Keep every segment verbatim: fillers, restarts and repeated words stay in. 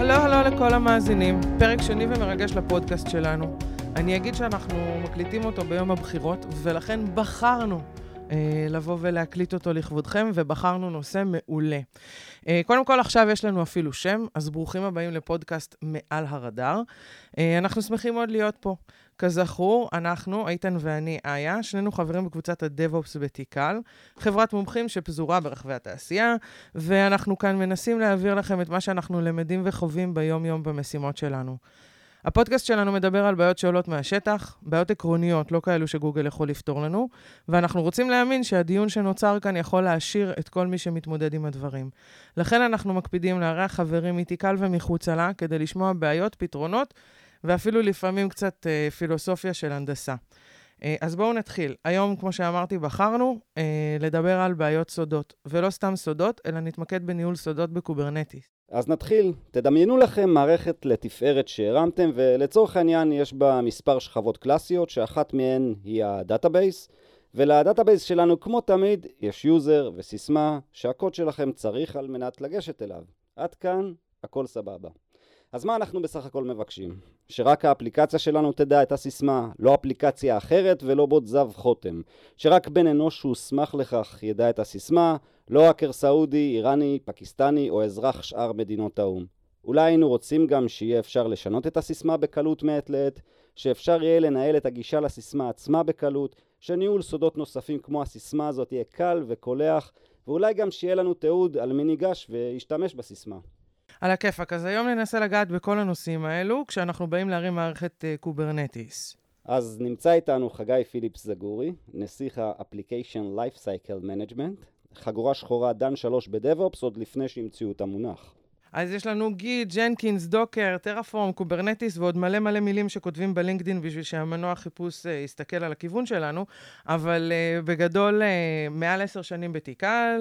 הלו הלו לכל המאזינים, פרק שני ומרגש לפודקאסט שלנו. אני אגיד שאנחנו מקליטים אותו ביום הבחירות, ולכן בחרנו אה, לבוא ולהקליט אותו לכבודכם, ובחרנו נושא מעולה. אה, קודם כל עכשיו יש לנו אפילו שם, אז ברוכים הבאים לפודקאסט מעל הרדאר. אה, אנחנו שמחים מאוד להיות פה. כזכור, אנחנו, איתן ואני איה, שנינו חברים בקבוצת הדב-אופס בתיקל, חברת מומחים שפזורה ברחבי התעשייה, ואנחנו כאן מנסים להעביר לכם את מה שאנחנו למדים וחווים ביום-יום במשימות שלנו. הפודקאסט שלנו מדבר על בעיות שעולות מהשטח, בעיות עקרוניות, לא כאלו שגוגל יכול לפתור לנו, ואנחנו רוצים להאמין שהדיון שנוצר כאן יכול להעשיר את כל מי שמתמודד עם הדברים. לכן אנחנו מקפידים לארח חברים מתיקל ומחוצה לה, כדי לשמוע בעיות, פתרונות, ואפילו לפעמים קצת אה, פילוסופיה של הנדסה. אה, אז בואו נתחיל. היום, כמו שאמרתי, בחרנו אה, לדבר על בעיות סודות, ולא סתם סודות, אלא נתמקד בניהול סודות בקוברנטיס. אז נתחיל. תדמיינו לכם מערכת לתפארת שהרמתם, ולצורך העניין יש בה מספר שכבות קלאסיות, שאחת מהן היא הדאטאבייס, ולדאטאבייס שלנו, כמו תמיד, יש יוזר וסיסמה שהקוד שלכם צריך על מנת לגשת אליו. עד כאן, הכל סבבה. אז מה אנחנו בסך הכל מבקשים? שרק האפליקציה שלנו תדע את הסיסמה, לא אפליקציה אחרת ולא בוט זב חותם. שרק בן אנוש שהוסמך לכך ידע את הסיסמה, לא האקר סעודי, איראני, פקיסטני או אזרח שאר מדינות האום. אולי היינו רוצים גם שיהיה אפשר לשנות את הסיסמה בקלות מעת לעת, שאפשר יהיה לנהל את הגישה לסיסמה עצמה בקלות, שניהול סודות נוספים כמו הסיסמה הזאת יהיה קל וקולח, ואולי גם שיהיה לנו תיעוד על מי ניגש וישתמש בסיסמה. על הכיפק, אז היום ננסה לגעת בכל הנושאים האלו, כשאנחנו באים להרים מערכת uh, קוברנטיס. אז נמצא איתנו חגי פיליפס זגורי, נסיך ה-Application Lifecycle Management, חגורה שחורה דן שלוש בדב-אופס, עוד לפני שהמציאו את המונח. אז יש לנו גיט, ג'נקינס, דוקר, טרפורם, קוברנטיס ועוד מלא מלא מילים שכותבים בלינקדין בשביל שהמנוע חיפוש uh, יסתכל על הכיוון שלנו, אבל uh, בגדול uh, מעל עשר שנים בתיקל,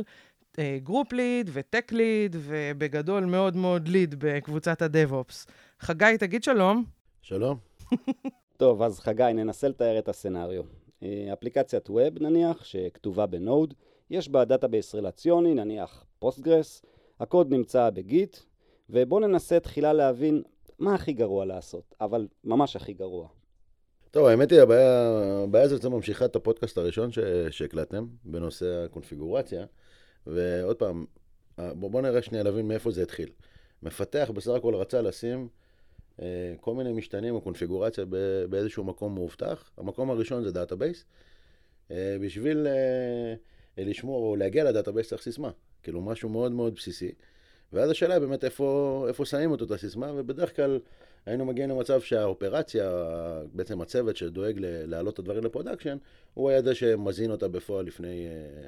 גרופ ליד וטק ליד, ובגדול מאוד מאוד ליד בקבוצת הדב-אופס. חגי, תגיד שלום. שלום. טוב, אז חגי, ננסה לתאר את הסצנריו. אפליקציית ווב נניח, שכתובה בנוד, יש בה דאטאבייס רלציוני, נניח פוסטגרס, הקוד נמצא בגיט, ובואו ננסה תחילה להבין מה הכי גרוע לעשות, אבל ממש הכי גרוע. טוב, האמת היא, הבעיה, הבעיה הזאת ממשיכה את הפודקאסט הראשון שהקלטתם, בנושא הקונפיגורציה, ועוד פעם, בוא, בוא נראה שנייה להבין מאיפה זה התחיל. מפתח בסך הכל רצה לשים אה, כל מיני משתנים או קונפיגורציה ב, באיזשהו מקום מאובטח. המקום הראשון זה דאטאבייס. אה, בשביל אה, לשמור או להגיע לדאטאבייס צריך סיסמה. כאילו משהו מאוד מאוד בסיסי. ואז השאלה היא באמת איפה, איפה שמים אותו את הסיסמה, ובדרך כלל היינו מגיעים למצב שהאופרציה, בעצם הצוות שדואג להעלות את הדברים לפרודקשן, הוא היה זה שמזין אותה בפועל לפני... אה,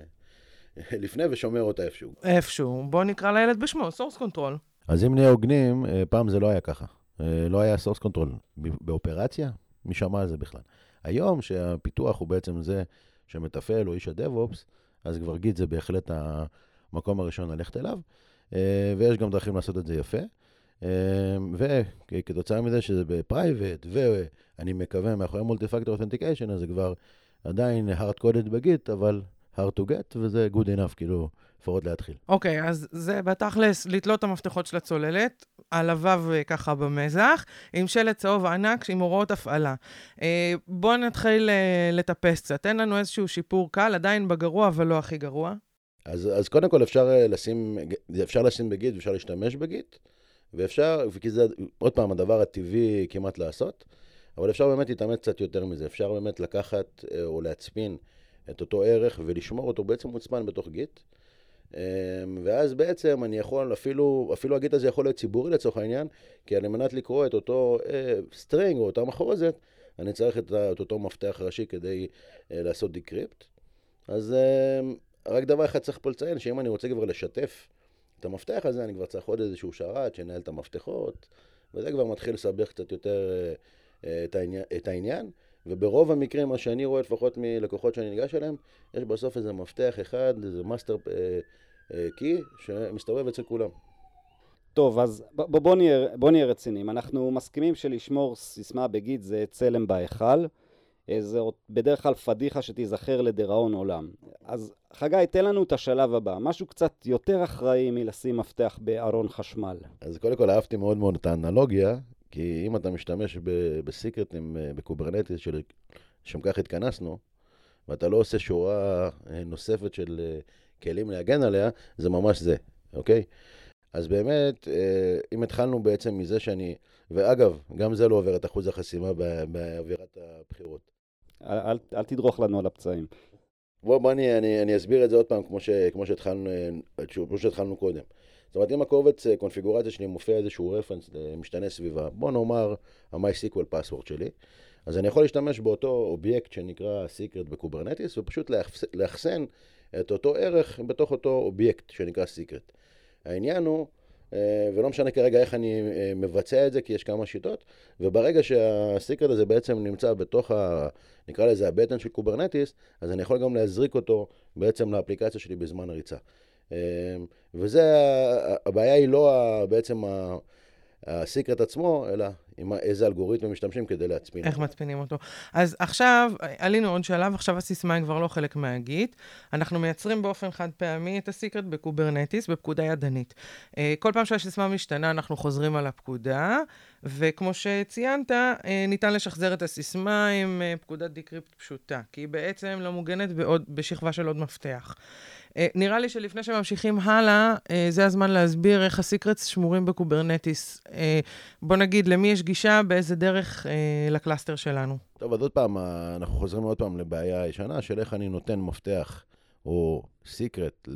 לפני ושומר אותה איפשהו. איפשהו. בוא נקרא לילד בשמו, source control. אז אם נהיה הוגנים, פעם זה לא היה ככה. לא היה source control. באופרציה, מי שמע על זה בכלל. היום שהפיתוח הוא בעצם זה שמתפעל או איש הדב-אופס, אז כבר גיט זה בהחלט המקום הראשון ללכת אליו, ויש גם דרכים לעשות את זה יפה. וכתוצאה מזה שזה בפרייבט, ואני מקווה מאחורי מולטי-פקטור אותנטיקיישן, אז זה כבר עדיין hard-coded בגיט, אבל hard to get, וזה good enough, כאילו, לפחות להתחיל. אוקיי, okay, אז זה בתכלס לתלות את המפתחות של הצוללת, על הוו ככה במזח, עם שלט צהוב ענק, עם הוראות הפעלה. אה, בואו נתחיל אה, לטפס קצת. תן לנו איזשהו שיפור קל, עדיין בגרוע, אבל לא הכי גרוע. אז, אז קודם כל אפשר לשים, אפשר לשים בגיט, ואפשר להשתמש בגיט, ואפשר, כי זה עוד פעם הדבר הטבעי כמעט לעשות, אבל אפשר באמת להתאמץ קצת יותר מזה. אפשר באמת לקחת או להצפין את אותו ערך ולשמור אותו בעצם מוצפן בתוך גיט. ואז בעצם אני יכול, אפילו, אפילו הגיט הזה יכול להיות ציבורי לצורך העניין, כי על מנת לקרוא את אותו סטרינג או אותה מחרוזת, אני צריך את, את אותו מפתח ראשי כדי לעשות דיקריפט. אז רק דבר אחד צריך פה לציין, שאם אני רוצה כבר לשתף את המפתח הזה, אני כבר צריך עוד איזשהו שרת שנהל את המפתחות, וזה כבר מתחיל לסבך קצת יותר את העניין. את העניין. וברוב המקרים, מה שאני רואה לפחות מלקוחות שאני ניגש אליהם, יש בסוף איזה מפתח אחד, איזה מאסטר קי, שמסתובב אצל כולם. טוב, אז בוא, בוא, נהיה, בוא נהיה רציניים. אנחנו מסכימים שלשמור סיסמה בגיט זה צלם בהיכל. זה בדרך כלל פדיחה שתיזכר לדיראון עולם. אז חגי, תן לנו את השלב הבא, משהו קצת יותר אחראי מלשים מפתח בארון חשמל. אז קודם כל אהבתי מאוד מאוד את האנלוגיה, כי אם אתה משתמש בסיקרטים בקוברנטיס, ששם כך התכנסנו, ואתה לא עושה שורה נוספת של כלים להגן עליה, זה ממש זה, אוקיי? אז באמת, אם התחלנו בעצם מזה שאני, ואגב, גם זה לא עובר את אחוז החסימה באווירת הבחירות. אל, אל תדרוך לנו על הפצעים. בוא, בוא אני, אני, אני אסביר את זה עוד פעם, כמו, ש, כמו, שהתחלנו, כמו שהתחלנו קודם. זאת אומרת, אם הקובץ קונפיגורציה שלי מופיע איזשהו רפרנס למשתנה סביבה, בוא נאמר ה-MySQL password שלי, אז אני יכול להשתמש באותו אובייקט שנקרא Secret בקוברנטיס, ופשוט לאחסן את אותו ערך בתוך אותו אובייקט שנקרא Secret. העניין הוא, ולא משנה כרגע איך אני מבצע את זה, כי יש כמה שיטות, וברגע שהסיקרט הזה בעצם נמצא בתוך, ה, נקרא לזה הבטן של קוברנטיס, אז אני יכול גם להזריק אותו בעצם לאפליקציה שלי בזמן הריצה. וזה, הבעיה היא לא בעצם הסיקרט עצמו, אלא עם איזה אלגוריתם משתמשים כדי להצפין. איך מצפינים אותו. אז עכשיו, עלינו עוד שלב, עכשיו הסיסמה היא כבר לא חלק מהגיט. אנחנו מייצרים באופן חד פעמי את הסיקרט בקוברנטיס, בפקודה ידנית. כל פעם שהסיסמה משתנה, אנחנו חוזרים על הפקודה, וכמו שציינת, ניתן לשחזר את הסיסמה עם פקודת דיקריפט פשוטה, כי היא בעצם לא מוגנת בעוד, בשכבה של עוד מפתח. נראה לי שלפני שממשיכים הלאה, זה הזמן להסביר איך הסיקרטס שמורים בקוברנטיס. בוא נגיד, למי יש גישה, באיזה דרך לקלאסטר שלנו. טוב, אז עוד פעם, אנחנו חוזרים עוד פעם לבעיה הישנה, של איך אני נותן מפתח או סיקרט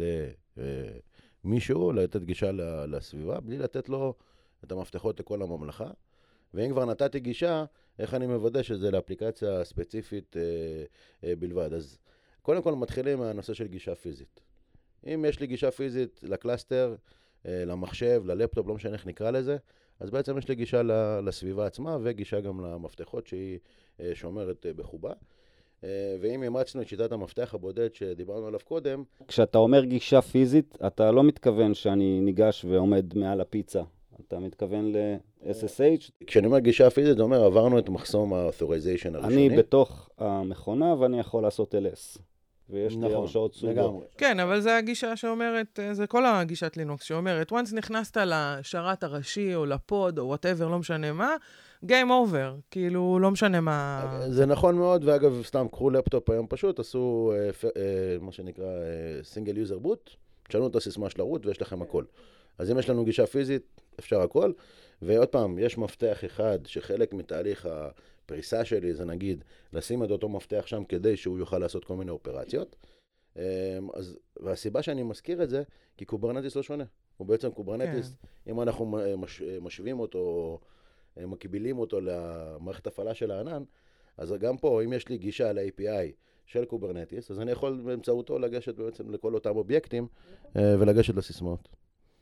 למישהו, לתת גישה לסביבה, בלי לתת לו את המפתחות לכל הממלכה. ואם כבר נתתי גישה, איך אני מוודא שזה לאפליקציה ספציפית בלבד. אז קודם כל מתחילים מהנושא של גישה פיזית. אם יש לי גישה פיזית לקלאסטר, למחשב, ללפטופ, לא משנה איך נקרא לזה, אז בעצם יש לי גישה לסביבה עצמה וגישה גם למפתחות שהיא שומרת בחובה. ואם אימצנו את שיטת המפתח הבודד שדיברנו עליו קודם... כשאתה אומר גישה פיזית, אתה לא מתכוון שאני ניגש ועומד מעל הפיצה. אתה מתכוון ל-אס אס אייץ'? כשאני אומר גישה פיזית, זה אומר, עברנו את מחסום ה-authorization הראשוני. אני בתוך המכונה ואני יכול לעשות אל אס. ויש לי הרשאות סוגות. כן, אבל זה הגישה שאומרת, זה כל הגישת לינוקס שאומרת, once נכנסת לשרת הראשי או לפוד או whatever, לא משנה מה, game over, כאילו לא משנה מה... זה נכון מאוד, ואגב, סתם, קחו לפטופ היום פשוט, עשו מה שנקרא single user boot, תשנו את הסיסמה של הרוט ויש לכם הכל. אז אם יש לנו גישה פיזית, אפשר הכל. ועוד פעם, יש מפתח אחד שחלק מתהליך הפריסה שלי, זה נגיד, לשים את אותו מפתח שם כדי שהוא יוכל לעשות כל מיני אופרציות. אז, והסיבה שאני מזכיר את זה, כי קוברנטיס לא שונה. הוא בעצם קוברנטיס, כן. אם אנחנו מש, משווים אותו, מקבילים אותו למערכת הפעלה של הענן, אז גם פה, אם יש לי גישה ל-איי פי איי של קוברנטיס, אז אני יכול באמצעותו לגשת בעצם לכל אותם אובייקטים ולגשת לסיסמאות.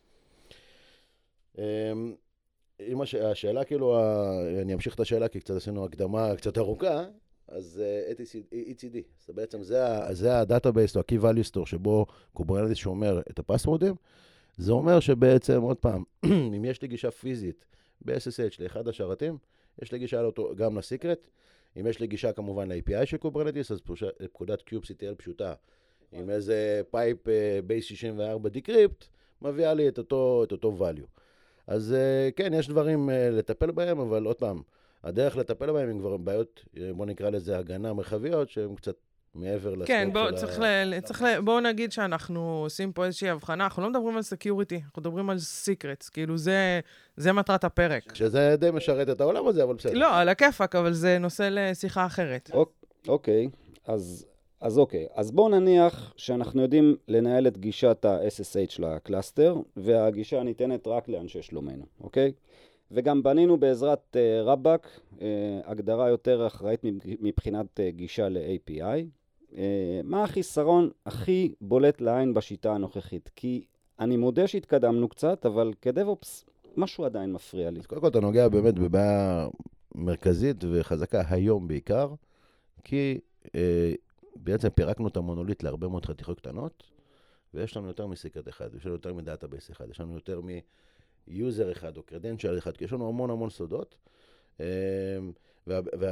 אם השאלה, כאילו, אני אמשיך את השאלה, כי קצת עשינו הקדמה קצת ארוכה, אז אי טי די, זה בעצם, זה הדאטאבייס או ה-Key Value Store, שבו קוברנטיס שומר את הפסוורדים, זה אומר שבעצם, עוד פעם, אם יש לי גישה פיזית ב-אס אס אייץ' לאחד השרתים, יש לי גישה גם לסיקרט, אם יש לי גישה כמובן ל-איי פי איי של קוברנטיס, אז פקודת kubectl פשוטה, עם איזה פייפ בייס שישים וארבע דיקריפט, מביאה לי את אותו, את אותו value. אז כן, יש דברים לטפל בהם, אבל עוד פעם, הדרך לטפל בהם הם כבר בעיות, בוא נקרא לזה הגנה מרחביות, שהן קצת מעבר לסקופ כן, בוא, של צריך ה... ל... צריך ל... בואו נגיד שאנחנו עושים פה איזושהי הבחנה, אנחנו לא מדברים על סקיוריטי, אנחנו מדברים על סיקרטס, כאילו זה, זה מטרת הפרק. שזה די משרת את העולם הזה, אבל בסדר. לא, על הכיפק, אבל זה נושא לשיחה אחרת. אוקיי, אז... אז אוקיי, אז בואו נניח שאנחנו יודעים לנהל את גישת ה-אס אס אייץ' לקלאסטר, והגישה ניתנת רק לאנשי שלומנו, אוקיי? וגם בנינו בעזרת uh, רבאק, uh, הגדרה יותר אחראית מבחינת uh, גישה ל-איי פי איי. Uh, מה החיסרון הכי בולט לעין בשיטה הנוכחית? כי אני מודה שהתקדמנו קצת, אבל כדבופס משהו עדיין מפריע לי. אז קודם כל אתה נוגע באמת בבעיה מרכזית וחזקה היום בעיקר, כי... Uh, בעצם פירקנו את המונוליט להרבה מאוד חתיכות קטנות, ויש לנו יותר מסיקרט אחד, יש לנו יותר מדאטאבייס אחד, יש לנו יותר מיוזר אחד או קרדנציאל אחד, כי יש לנו המון המון סודות, וה, וה,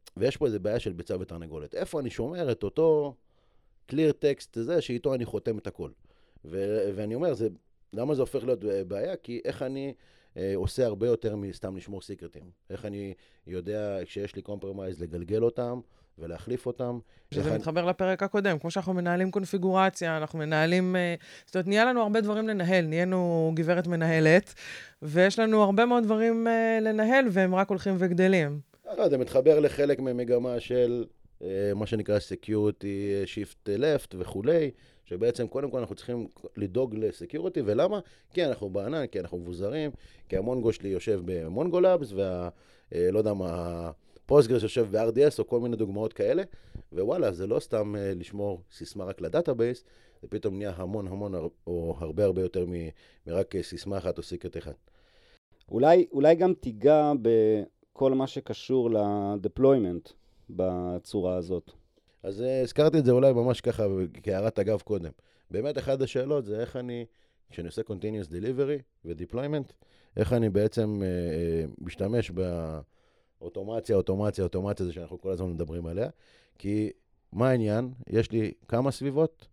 ויש פה איזו בעיה של ביצה ותרנגולת. איפה אני שומר את אותו clear text הזה, שאיתו אני חותם את הכל. ו- ואני אומר, זה, למה זה הופך להיות בעיה? כי איך אני אה, עושה הרבה יותר מסתם לשמור סיקרטים. איך אני יודע, כשיש לי compromise, לגלגל אותם ולהחליף אותם. שזה אני... מתחבר לפרק הקודם, כמו שאנחנו מנהלים קונפיגורציה, אנחנו מנהלים, זאת אומרת, נהיה לנו הרבה דברים לנהל, נהיינו גברת מנהלת, ויש לנו הרבה מאוד דברים לנהל, והם רק הולכים וגדלים. לא, זה מתחבר לחלק ממגמה של מה שנקרא Security Shift Left וכולי, שבעצם קודם כל אנחנו צריכים לדאוג לסקיוריטי, ולמה? כי אנחנו בענן, כי אנחנו מבוזרים, כי המונגו שלי יושב במונגו לאבס, וה... לא יודע מה... פוסטגרס יושב ב-אר די אס או כל מיני דוגמאות כאלה, ווואלה, זה לא סתם uh, לשמור סיסמה רק לדאטאבייס, זה פתאום נהיה המון המון או הרבה הרבה יותר מ- מרק סיסמה אחת או סיקרט אחד. אולי, אולי גם תיגע בכל מה שקשור לדפלוימנט בצורה הזאת. אז uh, הזכרתי את זה אולי ממש ככה כהערת אגב קודם. באמת אחד השאלות זה איך אני, כשאני עושה continuous delivery ו-deployment, איך אני בעצם uh, uh, משתמש ב... אוטומציה, אוטומציה, אוטומציה, זה שאנחנו כל הזמן מדברים עליה, כי מה העניין? יש לי כמה סביבות,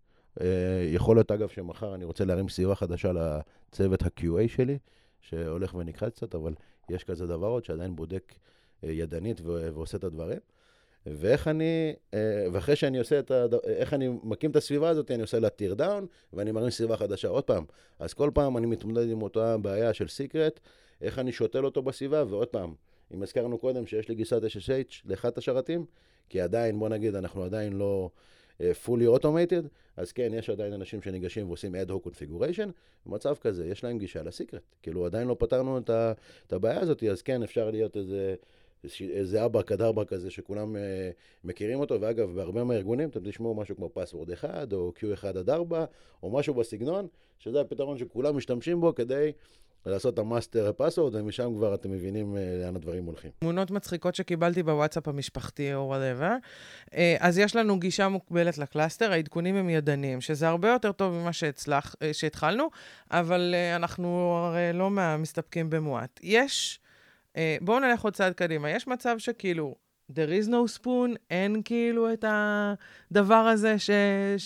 יכול להיות אגב שמחר אני רוצה להרים סביבה חדשה לצוות ה-קיו איי שלי, שהולך ונקרא קצת, אבל יש כזה דבר עוד שעדיין בודק ידנית ועושה את הדברים, ואיך אני, ואחרי שאני עושה את, איך אני מקים את הסביבה הזאת, אני עושה לה טיר דאון, ואני מרים סביבה חדשה עוד פעם. אז כל פעם אני מתמודד עם אותה בעיה של סיקרט, איך אני שותל אותו בסביבה, ועוד פעם, אם הזכרנו קודם שיש לי גיסת אס אס אייץ' לאחד השרתים, כי עדיין, בוא נגיד, אנחנו עדיין לא uh, fully automated, אז כן, יש עדיין אנשים שניגשים ועושים ad hoc configuration, במצב כזה, יש להם גישה לסיקרט. כאילו, עדיין לא פתרנו את, ה, את הבעיה הזאת, אז כן, אפשר להיות איזה, איזה אבר כדרבר כזה שכולם uh, מכירים אותו, ואגב, בהרבה מהארגונים, אתם תשמעו משהו כמו פסוורד אחד, או קיו אחד עד ארבע, או משהו בסגנון, שזה הפתרון שכולם משתמשים בו כדי... לעשות את המאסטר פסוורד, ומשם כבר אתם מבינים לאן הדברים הולכים. תמונות מצחיקות שקיבלתי בוואטסאפ המשפחתי או whatever. אז יש לנו גישה מוקבלת לקלאסטר, העדכונים הם ידניים, שזה הרבה יותר טוב ממה שהצלח, שהתחלנו, אבל אנחנו הרי לא מסתפקים במועט. יש, בואו נלך עוד צעד קדימה, יש מצב שכאילו, there is no spoon, אין כאילו את הדבר הזה ש,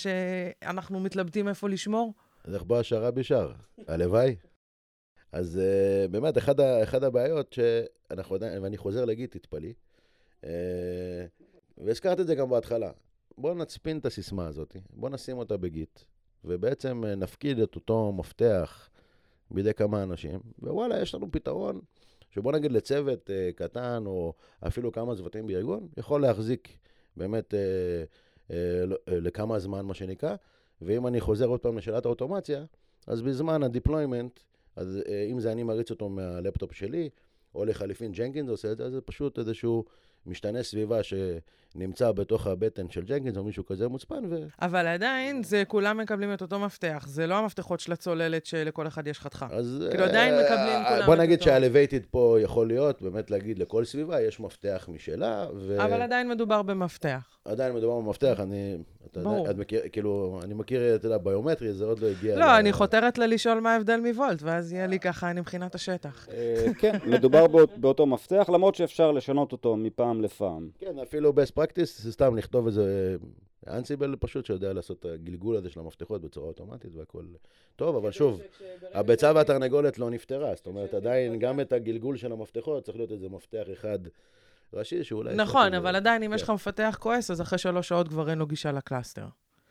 שאנחנו מתלבטים איפה לשמור? אז איך בא השערה בשער? הלוואי. אז uh, באמת, אחד, ה, אחד הבעיות שאנחנו עדיין, ואני חוזר להגיד, תתפלי, uh, והזכרת את זה גם בהתחלה, בואו נצפין את הסיסמה הזאת, בואו נשים אותה בגיט, ובעצם uh, נפקיד את אותו מפתח בידי כמה אנשים, ווואלה, יש לנו פתרון, שבוא נגיד לצוות uh, קטן, או אפילו כמה צוותים בארגון, יכול להחזיק באמת uh, uh, לכמה זמן, מה שנקרא, ואם אני חוזר עוד פעם לשאלת האוטומציה, אז בזמן הדיפלוימנט, אז אם זה אני מריץ אותו מהלפטופ שלי, או לחליפין ג'נקינס עושה את זה, אז זה פשוט איזשהו משתנה סביבה שנמצא בתוך הבטן של ג'נקינס, או מישהו כזה מוצפן. ו... אבל עדיין, זה כולם מקבלים את אותו מפתח. זה לא המפתחות של הצוללת שלכל אחד יש חתיכה. אז... כאילו עדיין מקבלים כולם בוא נגיד שהאלווייטד פה יכול להיות, באמת להגיד לכל סביבה, יש מפתח משלה. ו... אבל עדיין מדובר במפתח. עדיין מדובר במפתח, אני... ברור. את מכיר, כאילו, אני מכיר, אתה יודע, ביומטרי, זה עוד לא הגיע... לא, אני חותרת לה לשאול מה ההבדל מוולט, ואז יהיה לי ככה, אני מבחינת השטח. כן, מדובר באותו מפתח, למרות שאפשר לשנות אותו מפעם לפעם. כן, אפילו best practice, זה סתם לכתוב איזה אנסיבל פשוט, שיודע לעשות את הגלגול הזה של המפתחות בצורה אוטומטית והכל טוב, אבל שוב, הביצה והתרנגולת לא נפתרה, זאת אומרת, עדיין גם את הגלגול של המפתחות צריך להיות איזה מפתח אחד ראשי שאולי... נכון, אבל עדיין אם יש לך מפתח כועס, אז אחרי שלוש שעות כבר אין לו גישה לקלאסטר.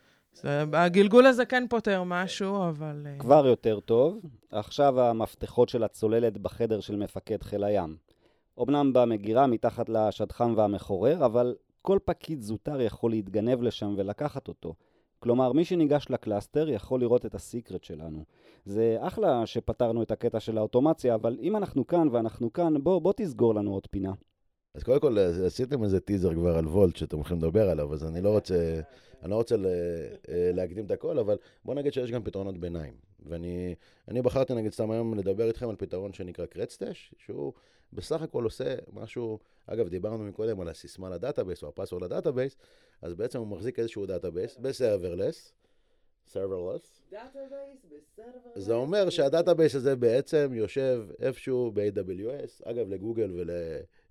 הגלגול הזה כן פותר משהו, אבל... כבר יותר טוב. עכשיו המפתחות של הצוללת בחדר של מפקד חיל הים. אמנם במגירה מתחת לשדכן והמחורר, אבל כל פקיד זוטר יכול להתגנב לשם ולקחת אותו. כלומר, מי שניגש לקלאסטר יכול לראות את הסיקרט שלנו. זה אחלה שפתרנו את הקטע של האוטומציה, אבל אם אנחנו כאן ואנחנו כאן, בוא, בוא תסגור לנו עוד פינה. אז קודם כל, עשיתם איזה טיזר כבר על וולט שאתם הולכים לדבר עליו, אז אני לא רוצה, אני לא רוצה להקדים את הכל, אבל בוא נגיד שיש גם פתרונות ביניים. ואני אני בחרתי, נגיד, סתם היום לדבר איתכם על פתרון שנקרא קרטסטש, שהוא בסך הכל עושה משהו, אגב, דיברנו מקודם על הסיסמה לדאטאבייס או הפסוורד לדאטאבייס, אז בעצם הוא מחזיק איזשהו דאטאבייס בסרברלס, serverless. דאטאבייס בסרברלס. זה אומר שהדאטאבייס הזה בעצם יושב איפשהו ב-איי דאבליו אס, אגב, לגוגל ול...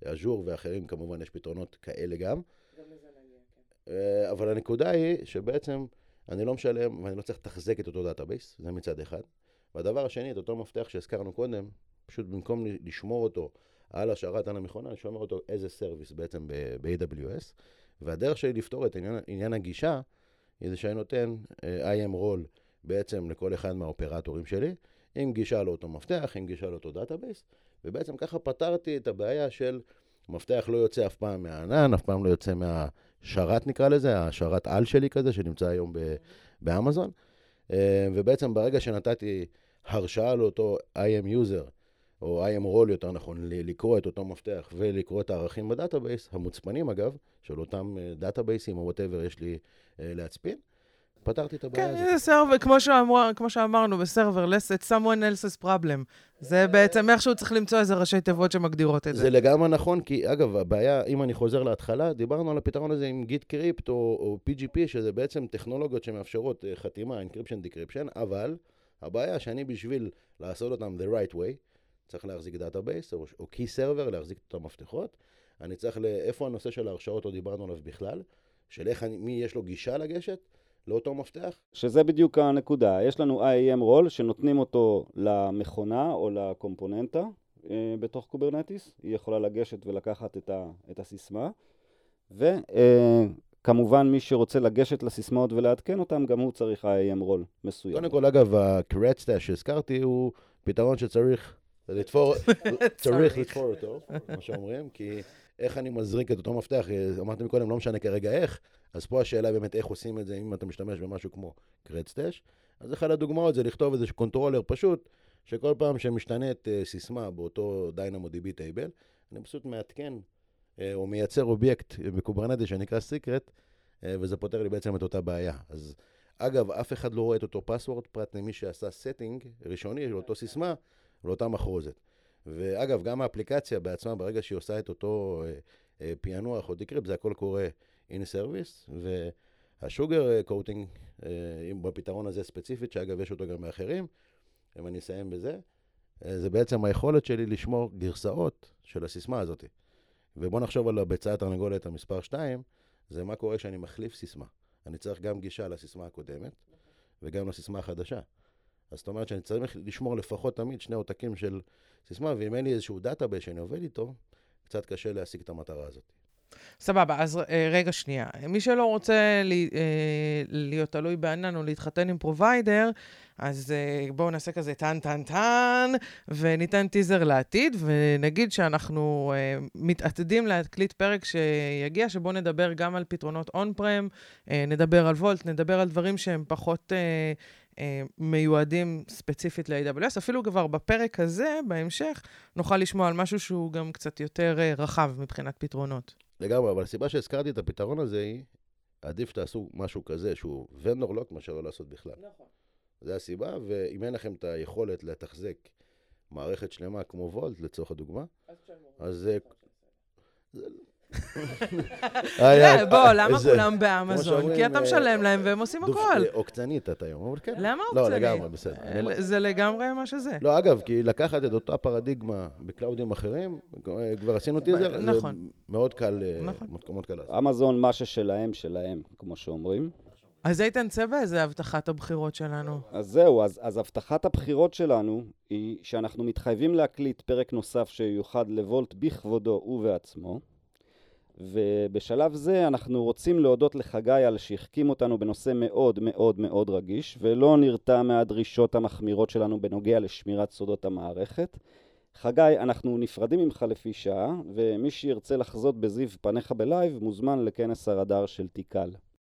אז'ור ואחרים, כמובן יש פתרונות כאלה גם. אה, אבל הנקודה היא שבעצם אני לא משלם ואני לא צריך לתחזק את אותו דאטאבייס, זה מצד אחד. והדבר השני, את אותו מפתח שהזכרנו קודם, פשוט במקום לשמור אותו על השרת על המכונה, אני שומר אותו as a service בעצם ב-איי דאבליו אס. והדרך שלי לפתור את עניין, עניין הגישה, היא זה שאני נותן uh, איי אם role בעצם לכל אחד מהאופרטורים שלי, עם גישה לאותו מפתח, עם גישה לאותו דאטאבייס, ובעצם ככה פתרתי את הבעיה של מפתח לא יוצא אף פעם מהענן, אף פעם לא יוצא מהשרת נקרא לזה, השרת על שלי כזה, שנמצא היום ב- באמזון. Uh, ובעצם ברגע שנתתי הרשאה לאותו איי אם user, או איי אם role יותר נכון, לקרוא את אותו מפתח ולקרוא את הערכים בדאטאבייס, המוצפנים אגב, של אותם דאטאבייסים או whatever יש לי להצפין, פתרתי את הבעיה הזאת. כן, זה סרבר, כמו שאמר, כמו שאמרנו, בסרברלס, it's someone else's problem. זה בעצם איכשהו צריך למצוא איזה ראשי תיבות שמגדירות את זה. זה לגמרי נכון, כי אגב, הבעיה, אם אני חוזר להתחלה, דיברנו על הפתרון הזה עם גיט קריפט או, או פי ג'י פי, שזה בעצם טכנולוגיות שמאפשרות חתימה, encryption, decryption, אבל הבעיה שאני בשביל לעשות אותם the right way, צריך להחזיק דאטאבייס או, או key server, להחזיק את המפתחות. אני צריך לאיפה הנושא של ההרשאות, או דיברנו עליו בכלל, של איך אני, מי יש לו גישה לגשת לאותו מפתח. שזה בדיוק הנקודה. יש לנו איי אם role שנותנים אותו למכונה או לקומפוננטה אה, בתוך קוברנטיס. היא יכולה לגשת ולקחת את, ה, את הסיסמה. וכמובן מי שרוצה לגשת לסיסמאות ולעדכן אותם, גם הוא צריך איי אם role מסוים. קודם כל, אגב, ה-create stash שהזכרתי הוא פתרון שצריך לתפור, צריך לתפור אותו, מה שאומרים, כי איך אני מזריק את אותו מפתח, אמרתם מקודם, לא משנה כרגע איך, אז פה השאלה באמת איך עושים את זה, אם אתה משתמש במשהו כמו create stash, אז אחד הדוגמאות זה לכתוב איזה קונטרולר פשוט, שכל פעם שמשתנית סיסמה באותו דיינמו די בי טייבל, אני פשוט מעדכן, או מייצר אובייקט בקוברנטיס שנקרא סיקרט, וזה פותר לי בעצם את אותה בעיה. אז אגב, אף אחד לא רואה את אותו פסוורד, פרט למי שעשה סטינג ראשוני של אותו סיסמה, לאותה מחרוזת. ואגב, גם האפליקציה בעצמה, ברגע שהיא עושה את אותו אה, פענוח או דקריפט, זה הכל קורה in service, והשוגר קוטינג, אה, בפתרון הזה ספציפית, שאגב יש אותו גם מאחרים, אם אני אסיים בזה, אה, זה בעצם היכולת שלי לשמור גרסאות של הסיסמה הזאת. ובוא נחשוב על הביצה התרנגולת המספר שתיים, זה מה קורה כשאני מחליף סיסמה. אני צריך גם גישה לסיסמה הקודמת, וגם לסיסמה החדשה. אז זאת אומרת שאני צריך לשמור לפחות תמיד שני עותקים של סיסמה, ואם אין לי איזשהו דאטאבייס שאני עובד איתו, קצת קשה להשיג את המטרה הזאת. סבבה, אז רגע שנייה. מי שלא רוצה להיות תלוי בענן או להתחתן עם פרוביידר, אז בואו נעשה כזה טן טן טן, וניתן טיזר לעתיד, ונגיד שאנחנו מתעתדים להקליט פרק שיגיע, שבו נדבר גם על פתרונות און-פרם, נדבר על וולט, נדבר על דברים שהם פחות מיועדים ספציפית ל-איי דאבליו אס, אפילו כבר בפרק הזה, בהמשך, נוכל לשמוע על משהו שהוא גם קצת יותר רחב מבחינת פתרונות. לגמרי, אבל הסיבה שהזכרתי את הפתרון הזה היא, עדיף תעשו משהו כזה שהוא ונדור לוק, מה שלא לעשות בכלל. נכון. זה הסיבה, ואם אין לכם את היכולת לתחזק מערכת שלמה כמו וולט, לצורך הדוגמה, אז... בוא, למה כולם באמזון? כי אתה משלם להם והם עושים הכל. עוקצנית אתה היום, אבל כן. למה עוקצנית? לא, לגמרי, בסדר. זה לגמרי מה שזה. לא, אגב, כי לקחת את אותה פרדיגמה בקלאודים אחרים, כבר עשינו טיזר, זה מאוד קל. אמזון, מה ששלהם, שלהם, כמו שאומרים. אז איתן צבע, זה הבטחת הבחירות שלנו. אז זהו, אז, אז הבטחת הבחירות שלנו היא שאנחנו מתחייבים להקליט פרק נוסף שיוחד לוולט בכבודו ובעצמו. ובשלב זה אנחנו רוצים להודות לחגי על שהחכים אותנו בנושא מאוד מאוד מאוד רגיש, ולא נרתע מהדרישות המחמירות שלנו בנוגע לשמירת סודות המערכת. חגי, אנחנו נפרדים ממך לפי שעה, ומי שירצה לחזות בזיו פניך בלייב מוזמן לכנס הרדאר של תיקל.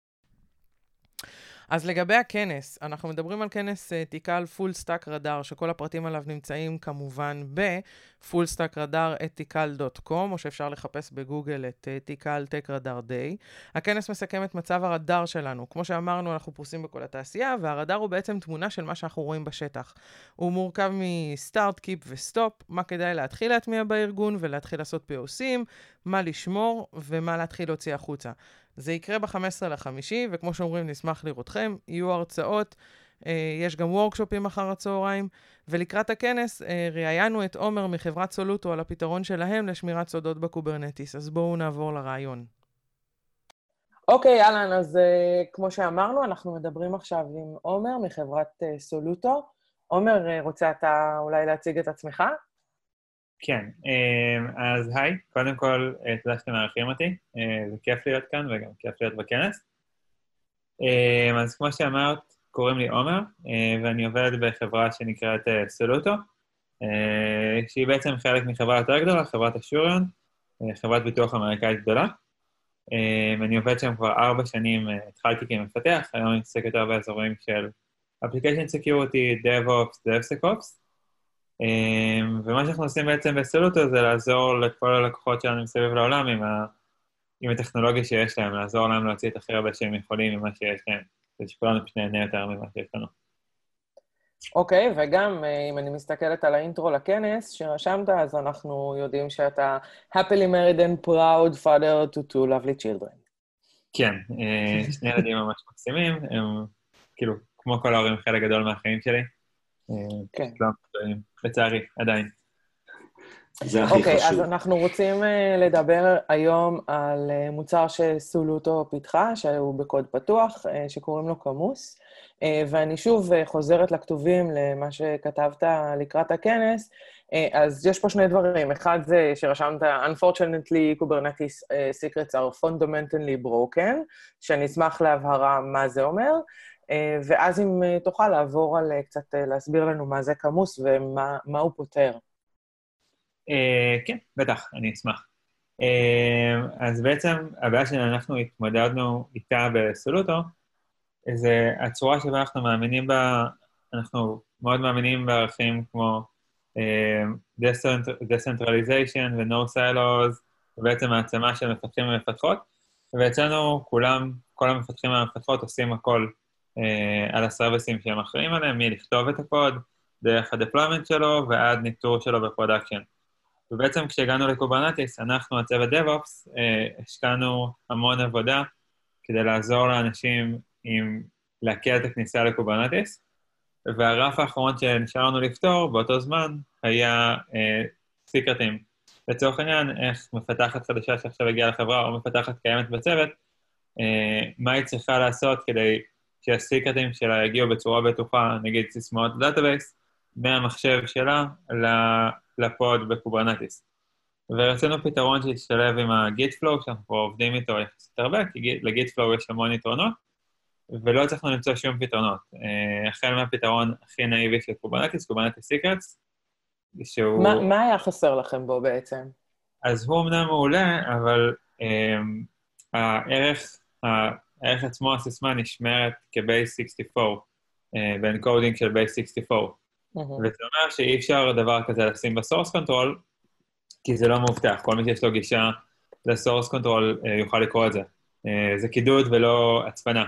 אז לגבי הכנס, אנחנו מדברים על כנס uh, תיקל פול סטאק רדאר, שכל הפרטים עליו נמצאים כמובן ב-full stack radar at תיקל דוט קום, או שאפשר לחפש בגוגל את uh, תיקל טק רדאר דיי. הכנס מסכם את מצב הרדאר שלנו. כמו שאמרנו, אנחנו פרוסים בכל התעשייה, והרדאר הוא בעצם תמונה של מה שאנחנו רואים בשטח. הוא מורכב מסטארט, קיפ וסטופ, מה כדאי להתחיל להטמיע בארגון ולהתחיל לעשות פי או סים, מה לשמור ומה להתחיל להוציא החוצה. זה יקרה ב-חמישה עשר לחמישי, וכמו שאומרים, נשמח לראותכם. יהיו הרצאות יש גם וורקשופים אחר הצהריים, ולקראת הכנס ראיינו את עומר מחברת סולוטו על הפתרון שלהם לשמירת סודות בקוברנטיס. אז בואו נעבור לרעיון. אוקיי, אהלן, אז uh, כמו שאמרנו, אנחנו מדברים עכשיו עם עומר מחברת uh, סולוטו. עומר, uh, רוצה אתה אולי להציג את עצמך? כן, אז היי, קודם כל, תודה שאתם מארחים אותי, זה כיף להיות כאן וגם כיף להיות בכנס. אז כמו שאמרת, קוראים לי עומר, ואני עובד בחברה שנקראת סולוטו, שהיא בעצם חלק מחברה יותר גדולה, חברת אשוריון, חברת ביטוח אמריקאית גדולה. אני עובד שם כבר ארבע שנים, התחלתי כמפתח, היום אני מתעסק יותר באזורים של Application Security, DevOps, DevSecOps, ומה שאנחנו עושים בעצם בסולוטו זה לעזור לכל הלקוחות שלנו מסביב לעולם עם, ה... עם הטכנולוגיה שיש להם, לעזור להם להוציא את הכי הרבה שהם יכולים ממה שיש להם, כדי שכולנו פשוט נהנה יותר ממה שיש לנו. אוקיי, okay, וגם אם אני מסתכלת על האינטרו לכנס שרשמת, אז אנחנו יודעים שאתה happily married and proud father to two lovely children. כן, שני ילדים ממש מקסימים, הם כאילו כמו כל ההורים חלק גדול מהחיים שלי. כן. לא, לצערי, עדיין. זה הכי חשוב. אוקיי, אז אנחנו רוצים לדבר היום על מוצר שסולוטו פיתחה, שהוא בקוד פתוח, שקוראים לו קמוס, ואני שוב חוזרת לכתובים למה שכתבת לקראת הכנס, אז יש פה שני דברים. אחד זה שרשמת, unfortunately, Kubernetes secrets are fundamentally broken, שאני אשמח להבהרה מה זה אומר, ואז אם תוכל לעבור על קצת להסביר לנו מה זה קמוס ומה הוא פותר. כן, בטח, אני אשמח. אז בעצם הבעיה שאנחנו התמודדנו איתה בסולוטו, זה הצורה שבה אנחנו מאמינים בה, אנחנו מאוד מאמינים בערכים כמו decentralization ו-no silos, ובעצם העצמה של מפתחים ומפתחות, ואצלנו כולם, כל המפתחים והמפתחות עושים הכל על הסרוויסים שהם אחראים עליהם, מלכתוב את הקוד, דרך הדפלוימנט שלו ועד ניטור שלו בפרודקשן. ובעצם כשהגענו לקוברנטיס, אנחנו, הצוות DevOps, השקענו המון עבודה כדי לעזור לאנשים עם להקל את הכניסה לקוברנטיס, והרף האחרון שנשארנו לפתור באותו זמן היה סיקרטים. לצורך העניין, איך מפתחת חדשה שעכשיו הגיעה לחברה או מפתחת קיימת בצוות, מה היא צריכה לעשות כדי שהסיקרטים שלה יגיעו בצורה בטוחה, נגיד סיסמאות דאטאבייס, מהמחשב שלה לפוד בקוברנטיס. ורצינו פתרון שהשתלב עם הגיט פלואו, שאנחנו פה עובדים איתו יחסית הרבה, כי לגיט פלואו יש המון יתרונות, ולא צריכנו למצוא שום פתרונות. החל מהפתרון הכי נאיבי של קוברנטיס, קוברנטיס סיקרטס, שהוא... מה, מה היה חסר לכם בו בעצם? אז הוא אמנם מעולה, אבל הערך... הערך עצמו, הסיסמה נשמרת כ-בייס שישים וארבע, באנקודינג של בייס שישים וארבע. וזה אומר שאי אפשר דבר כזה לשים בסורס קונטרול, כי זה לא מובטח. כל מי שיש לו גישה לסורס קונטרול יוכל לקרוא את זה. זה קידוד ולא הצפנה.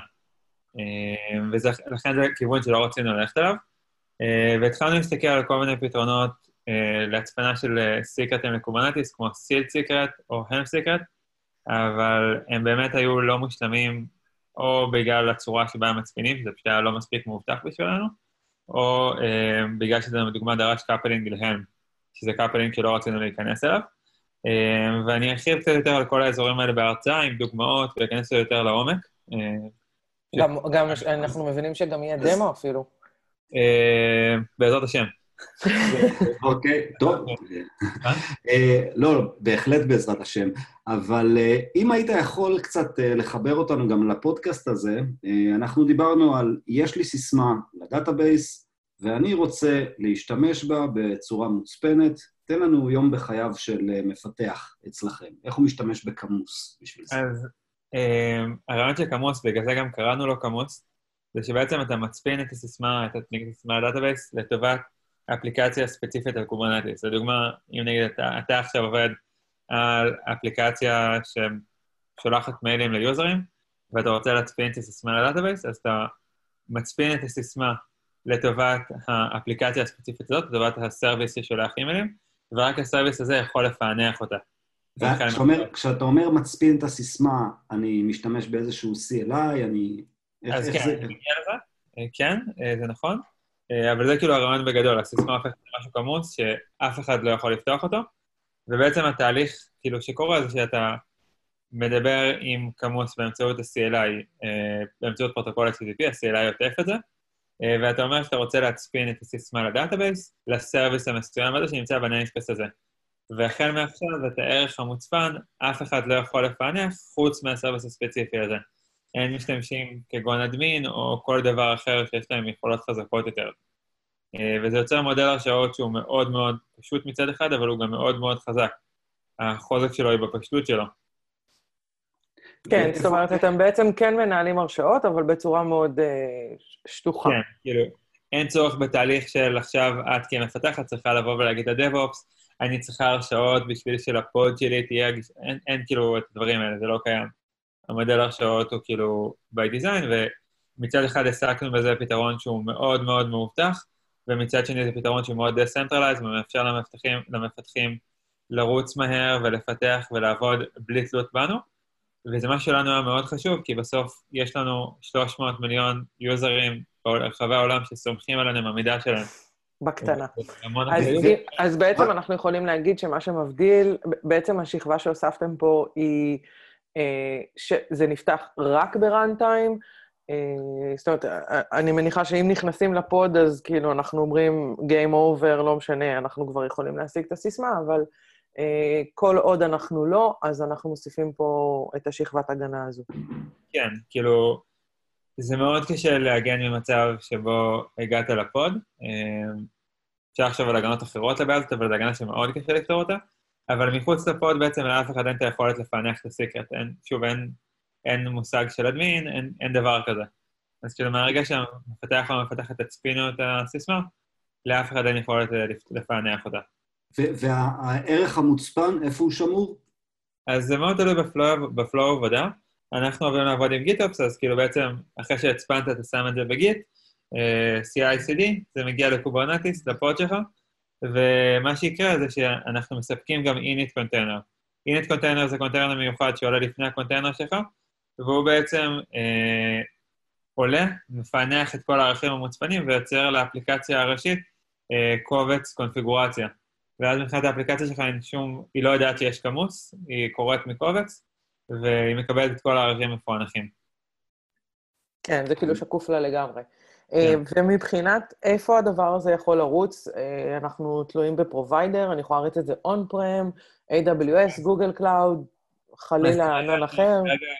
ולכן זה כיוון שלא רצינו ללכת עליו. והתחלנו להסתכל על כל מיני פתרונות להצפנה של סיקרטים לקוברנטיס, כמו סילד סיקרט או הם סיקרט, אבל הם באמת היו לא מושלמים, או בגלל הצורה שבה הם מצפינים, שזה פשוט היה לא מספיק מאובטח בשבילנו, או אה, בגלל שזה לדוגמה דרש קאפלינג להם, שזה קאפלינג שלא רצינו להיכנס אליו, אה, ואני ארחיב קצת יותר על כל האזורים האלה בהרצאה, עם דוגמאות, ולהיכנס יותר לעומק. אה, גם, ש... גם אנחנו מבינים שגם יהיה דמו אפילו. אה, בעזרת השם. אוקיי, טוב. לא, בהחלט בעזרת השם, אבל אם היית יכול קצת לחבר אותנו גם לפודקאסט הזה, אנחנו דיברנו על, יש לי סיסמה לדאטאבייס, ואני רוצה להשתמש בה בצורה מוצפנת, תן לנו יום בחייו של מפתח אצלכם, איך הוא משתמש בקמוס בשביל זה? אז הרעיון של קמוס, בגלל זה גם קראנו לו קמוס, זה שבעצם אתה מצפין את הסיסמה, את הסיסמה לדאטאבייס, לטובת אפליקציה ספציפית על קוברנטיס. לדוגמה, אם נגיד אתה, אתה עכשיו עובד על אפליקציה ששולחת מיילים ליוזרים, ואתה רוצה להצפין את הסיסמה לדאטאבייס, אז אתה מצפין את הסיסמה לטובת האפליקציה הספציפית הזאת, לטובת הסרוויס ששולח אימיילים, ורק הסרוויס הזה יכול לפענח אותה. כשאתה אומר מצפין את הסיסמה, אני משתמש באיזשהו סי אל איי, אני... אז כן, אני מגיע לזה. כן, זה נכון, אבל זה כאילו הרעיון בגדול, הסיסמה הופכת למשהו כמוס שאף אחד לא יכול לפתוח אותו, ובעצם התהליך כאילו שקורה זה שאתה מדבר עם כמוס באמצעות ה-סי אל איי, באמצעות פרוטוקול אייץ' טי טי פי, ה-סי אל איי עוטף את זה, ואתה אומר שאתה רוצה להצפין את הסיסמה לדאטאבייס, לסרוויס המסוים הזה שנמצא בניימספייס הזה. והחל מעכשיו, את הערך המוצפן, אף אחד לא יכול לפענח חוץ מהסרוויס הספציפי הזה. אין משתמשים כגון אדמין או כל דבר אחר שיש להם יכולות חזקות יותר. וזה יוצר מודל הרשאות שהוא מאוד מאוד פשוט מצד אחד, אבל הוא גם מאוד מאוד חזק. החוזק שלו היא בפשטות שלו. כן, זאת אומרת, אתם בעצם כן מנהלים הרשאות, אבל בצורה מאוד שטוחה. כן, כאילו, אין צורך בתהליך של עכשיו את כמפתחת צריכה לבוא ולהגיד ה-DevOps, אני צריכה הרשאות בשביל שלפוד שלי תהיה, אין, אין כאילו את הדברים האלה, זה לא קיים. המודל הרשאות הוא כאילו by design, ומצד אחד הסקנו בזה פתרון שהוא מאוד מאוד מאובטח, ומצד שני זה פתרון שהוא מאוד decentralized, ומאפשר למפתחים, למפתחים לרוץ מהר ולפתח ולעבוד בלי תלות בנו, וזה מה שלנו היה מאוד חשוב, כי בסוף יש לנו שלוש מאות מיליון יוזרים ברחבי העולם שסומכים עלינו עם המידע שלהם. בקטנה. אז, אז בעצם אנחנו יכולים להגיד שמה שמבדיל, בעצם השכבה שהוספתם פה היא, שזה נפתח רק בראנטיים, זאת אומרת, אני מניחה שאם נכנסים לפוד, אז כאילו אנחנו אומרים game over, לא משנה, אנחנו כבר יכולים להשיג את הסיסמה, אבל כל עוד אנחנו לא, אז אנחנו מוסיפים פה את השכבת הגנה הזו. כן, כאילו, זה מאוד קשה להגן ממצב שבו הגעת לפוד. אפשר לחשוב על הגנות אחרות לבעיה הזאת, אבל זו הגנה שמאוד קשה לפתור אותה. אבל מחוץ לפוד בעצם לאף אחד אין את היכולת לפענח את הסיקרט. אין, שוב, אין, אין מושג של אדמין, אין, אין דבר כזה. אז כאילו מהרגע שהמפתח או המפתחת תצפינו את הסיסמה, לאף אחד אין יכולת לפענח אותה. והערך המוצפן, איפה הוא שמור? אז זה מאוד תלוי בפלואו עבודה. אנחנו עוברים לעבוד עם גיטופס, אז כאילו בעצם, אחרי שהצפנת, אתה שם את זה בגיט, סי איי סי די, זה מגיע לקוברנטיס, לפוד שלך, ומה שיקרה זה שאנחנו מספקים גם init קונטיינר. init קונטיינר זה קונטיינר מיוחד שעולה לפני הקונטיינר שלך, והוא בעצם אה, עולה, מפענח את כל הערכים המוצפנים, ויוצר לאפליקציה הראשית אה, קובץ קונפיגורציה. ואז מבחינת האפליקציה שלך אין שום, היא לא יודעת שיש כמוס, היא קוראת מקובץ, והיא מקבלת את כל הערכים מפוענחים. כן, זה כאילו שקוף לה לגמרי. כן. ומבחינת איפה הדבר הזה יכול לרוץ, אנחנו תלויים בפרוביידר, אני יכולה לראות את זה on-prem, איי דאבליו אס, גוגל קלאוד, חלילה ענן אחר.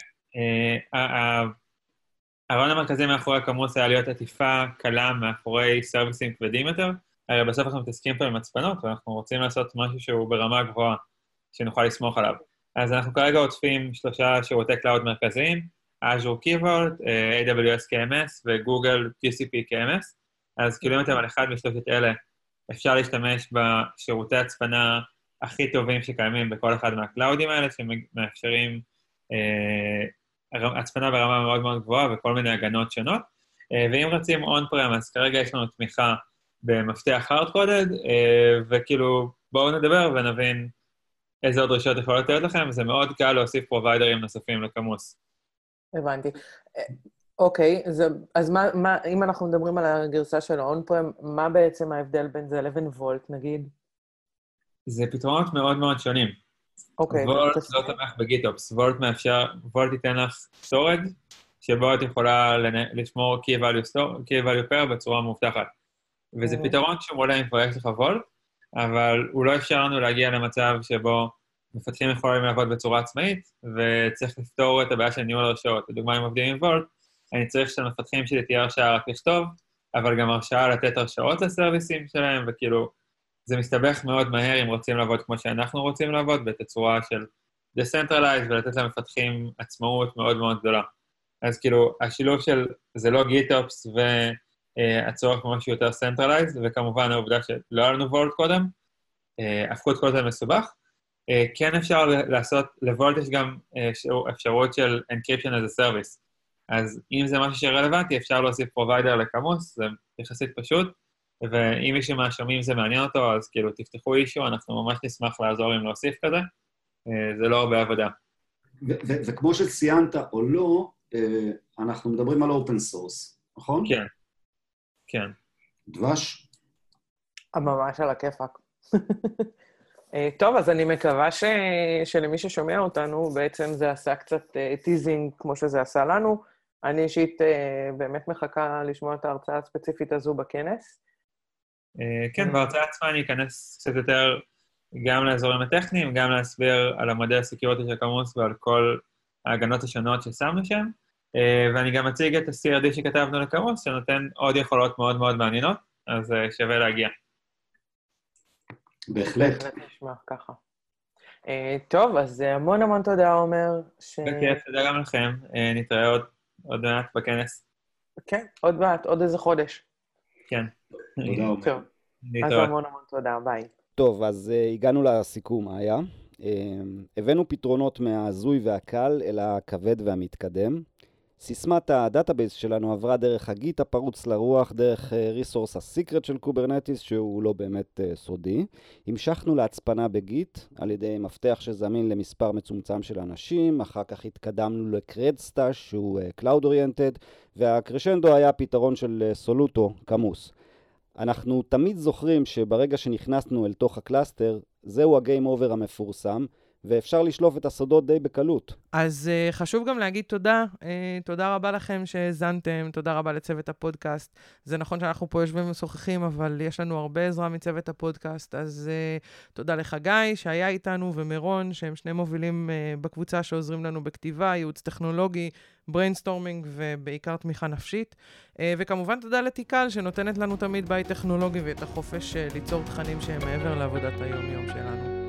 הרעיון המרכזי מאחורי הכמוס היה להיות עטיפה קלה מאחורי סרוויסים כבדים יותר, הרי בסוף אנחנו מתעסקים פה עם הצפנות, ואנחנו רוצים לעשות משהו שהוא ברמה גבוהה, שנוכל לסמוך עליו. אז אנחנו כרגע עוטפים שלושה שירותי קלאוד מרכזיים, Azure Key Vault, איי דאבליו אס קי אם אס ו-Google ג'י סי פי קי אם אס. אז כאילו אם אתם על אחד משלושת אלה, אפשר להשתמש בשירותי הצפנה הכי טובים שקיימים בכל אחד מהקלאודים האלה, שמאפשרים אה, הצפנה ברמה מאוד מאוד גבוהה וכל מיני הגנות שונות. אה, ואם רצים on-prem, אז כרגע יש לנו תמיכה במפתח hard-coded, אה, וכאילו בואו נדבר ונבין איזה עוד דרישות יכולות להיות לכם, זה מאוד קל להוסיף פרוביידרים נוספים לכמוס. הבנתי. אוקיי, אז מה, מה, אם אנחנו מדברים על הגרסה של ה-on-prem, מה בעצם ההבדל בין זה לבין וולט, נגיד? זה פתרונות מאוד מאוד שונים. אוקיי. וולט לא תמך בגיטופס, וולט מאפשר, וולט ייתן לך storage, שבו את יכולה לשמור key value store, key value pair בצורה מובטחת. וזה פתרון שהוא עולה אם כבר יש לך וולט, אבל הוא לא אפשר לנו להגיע למצב שבו מפתחים יכולים לעבוד בצורה עצמאית, וצריך לפתור את הבעיה של ניהול הרשאות. לדוגמה, אם עובדים עם וולט, אני צריך שהמפתחים שלי תהיה הרשאה רק לכתוב, אבל גם הרשאה לתת הרשאות לסרוויסים שלהם, וכאילו, זה מסתבך מאוד מהר אם רוצים לעבוד כמו שאנחנו רוצים לעבוד, בתצורה של decentralized, ולתת למפתחים עצמאות מאוד מאוד גדולה. אז כאילו, השילוב של זה לא גיטופס והצורך במשהו יותר centralized, וכמובן העובדה שלא היה לנו וולט קודם, הפכו את כל זה מסובך, כן אפשר לעשות, לוולט יש גם אפשרות של encryption as a service. אז אם זה משהו שרלוונטי, אפשר להוסיף פרוביידר לכמוס, זה יחסית פשוט, ואם מישהו מהשומעים זה מעניין אותו, אז כאילו תפתחו אישו, אנחנו ממש נשמח לעזור אם להוסיף כזה, זה לא הרבה עבודה. וכמו שציינת או לא, אנחנו מדברים על open source, נכון? כן, כן. דבש? ממש על הכיפק. טוב, אז אני מקווה ש... שלמי ששומע אותנו, בעצם זה עשה קצת טיזינג כמו שזה עשה לנו. אני אישית באמת מחכה לשמוע את ההרצאה הספציפית הזו בכנס. כן, בהרצאה עצמה אני אכנס קצת יותר גם לאזורים הטכניים, גם להסביר על המודל הסקיוריטי של קמוס ועל כל ההגנות השונות ששמנו שם, ואני גם אציג את ה-סי אר די שכתבנו לקמוס, שנותן עוד יכולות מאוד מאוד מעניינות, אז שווה להגיע. בהחלט. בהחלט נשמע ככה. טוב, אז המון המון תודה, עומר. בכיף, תודה גם לכם. נתראה עוד, עוד מעט בכנס. כן, עוד מעט, עוד איזה חודש. כן. תודה, עומר. טוב, אז המון המון תודה, ביי. טוב, אז uh, הגענו לסיכום, היה. Uh, הבאנו פתרונות מהזוי והקל אל הכבד והמתקדם. סיסמת הדאטאבייס שלנו עברה דרך הגיט הפרוץ לרוח, דרך ריסורס הסיקרט של קוברנטיס, שהוא לא באמת uh, סודי. המשכנו להצפנה בגיט על ידי מפתח שזמין למספר מצומצם של אנשים, אחר כך התקדמנו לקרדסטאש, שהוא uh, Cloud Oriented, והקרשנדו היה פתרון של סולוטו, קמוס. אנחנו תמיד זוכרים שברגע שנכנסנו אל תוך הקלאסטר, זהו הגיים אובר המפורסם, ואפשר לשלוף את הסודות די בקלות. אז uh, חשוב גם להגיד תודה. Uh, תודה רבה לכם שהזנתם, תודה רבה לצוות הפודקאסט. זה נכון שאנחנו פה יושבים ומשוחחים, אבל יש לנו הרבה עזרה מצוות הפודקאסט, אז uh, תודה לך גיא שהיה איתנו, ומרון, שהם שני מובילים uh, בקבוצה שעוזרים לנו בכתיבה, ייעוץ טכנולוגי, בריינסטורמינג ובעיקר תמיכה נפשית. Uh, וכמובן תודה לתיקל שנותנת לנו תמיד בית טכנולוגי ואת החופש uh, ליצור תכנים שהם מעבר לעבודת היום-יום שלנו.